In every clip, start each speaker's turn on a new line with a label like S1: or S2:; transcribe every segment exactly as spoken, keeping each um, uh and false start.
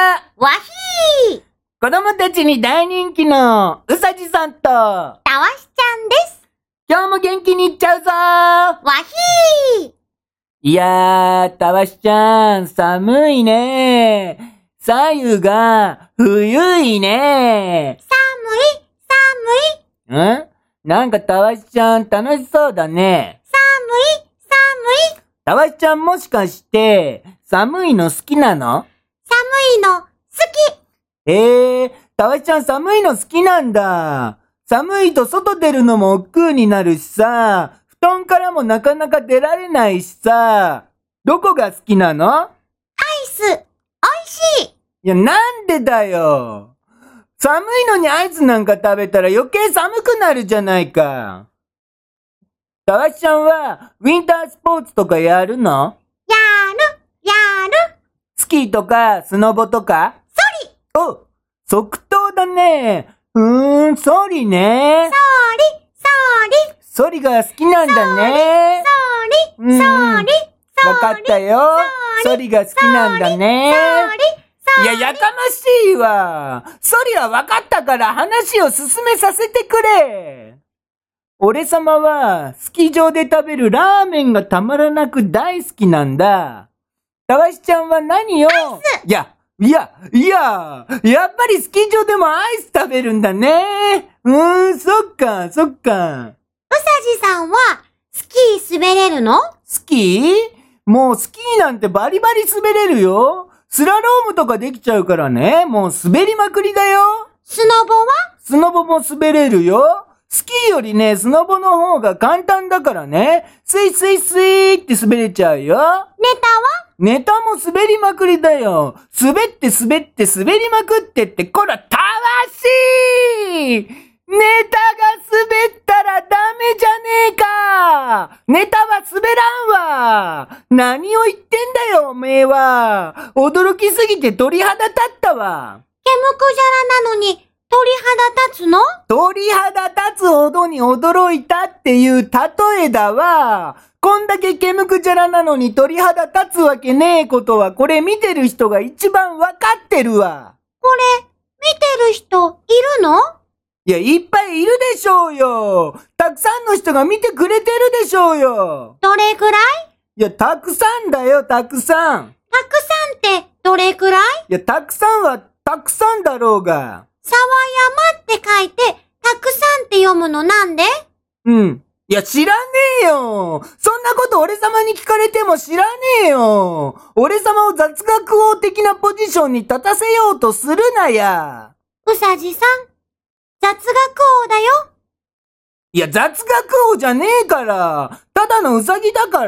S1: わひー。
S2: 子供たちに大人気のうさじさんとたわ
S1: たわしちゃんです。
S2: 今日も元気にいっちゃうぞー。
S1: わひー。
S2: いやー、たわしちゃん、寒いねー。左右が冬いねー。
S1: 寒い、
S2: 寒い。ん？なんかたわしちゃん楽しそうだね。
S1: 寒い、寒い。
S2: たわしちゃんもしかして寒いの好きなの？
S1: 寒いの好き。
S2: えー、たわしちゃん寒いの好きなんだ。寒いと外出るのも億劫になるしさ、布団からもなかなか出られないしさ、どこが好きなの？
S1: アイス、おいしい。
S2: いや、なんでだよ。寒いのにアイスなんか食べたら余計寒くなるじゃないか。たわしちゃんはウィンタースポーツとかやるの？
S1: やる、やる。
S2: スキーとかスノボとか？
S1: ソリ。
S2: お、即答だね。うーん、ソリね。
S1: ソリ、ソリ。
S2: ソリが好きなんだね。
S1: ソリ、ソリ、ソリ。
S2: わかったよ。ソリが好きなんだね。いや、やかましいわ。ソリはわかったから話を進めさせてくれ。俺様はスキー場で食べるラーメンがたまらなく大好きなんだ。たわしちゃんは何を？いや、いや、いや、やっぱりスキー場でもアイス食べるんだね。うーん、そっか、そっか。
S1: うさじさんはスキー滑れるの？
S2: スキー？もうスキーなんてバリバリ滑れるよ。スラロームとかできちゃうからね。もう滑りまくりだよ。
S1: スノボは？
S2: スノボも滑れるよ。スキーよりね、スノボの方が簡単だからね。スイスイスイって滑れちゃうよ。
S1: ネタは？
S2: ネタも滑りまくりだよ。滑って滑って滑りまくってって、こら、たわしい！ネタが滑ったらダメじゃねえか！ネタは滑らんわ！何を言ってんだよ、おめえは！驚きすぎて鳥肌立ったわ！
S1: ケムクジャラなのに鳥肌立つの？
S2: 鳥肌立つほどに驚いたっていう例えだわ。こんだけケムクジャラなのに鳥肌立つわけねえことは、これ見てる人が一番わかってるわ。
S1: これ、見てる人いるの？
S2: いや、いっぱいいるでしょうよ。たくさんの人が見てくれてるでしょうよ。
S1: どれくらい？
S2: いや、たくさんだよ、たくさん。
S1: たくさんってどれくらい？
S2: いや、たくさんはたくさんだろうが。
S1: 沢山って書いて、たくさんって読むのなんで？
S2: うん。いや、知らねえよ。そんなこと俺様に聞かれても知らねえよ。俺様を雑学王的なポジションに立たせようとするなや。
S1: うさじさん、雑学王だよ。
S2: いや、雑学王じゃねえから。ただのウサギだから。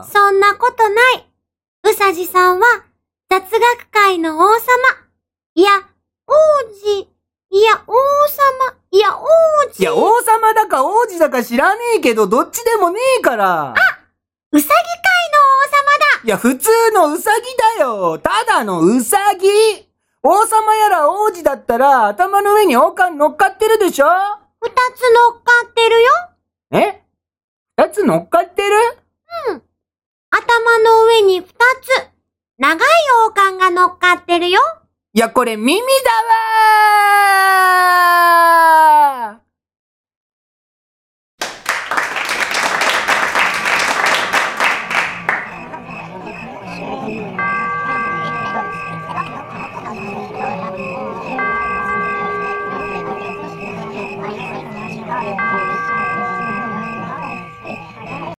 S1: そんなことない。うさじさんは、雑学界の王様。いや、王子。いや、王様。いや、王子。
S2: いや、王様だか王子だか知らねえけど、どっちでもねえから。
S1: あ、うさぎ界の王様だ。
S2: いや、普通のウサギだよ。ただのウサギ。王様やら王子だったら、頭の上に王冠乗っかってるでしょ？
S1: 二つ乗っかってるよ。
S2: え？二つ乗っかってる？
S1: うん。頭の上に二つ、長い王冠が乗っかってるよ。
S2: いや、これ耳だわー！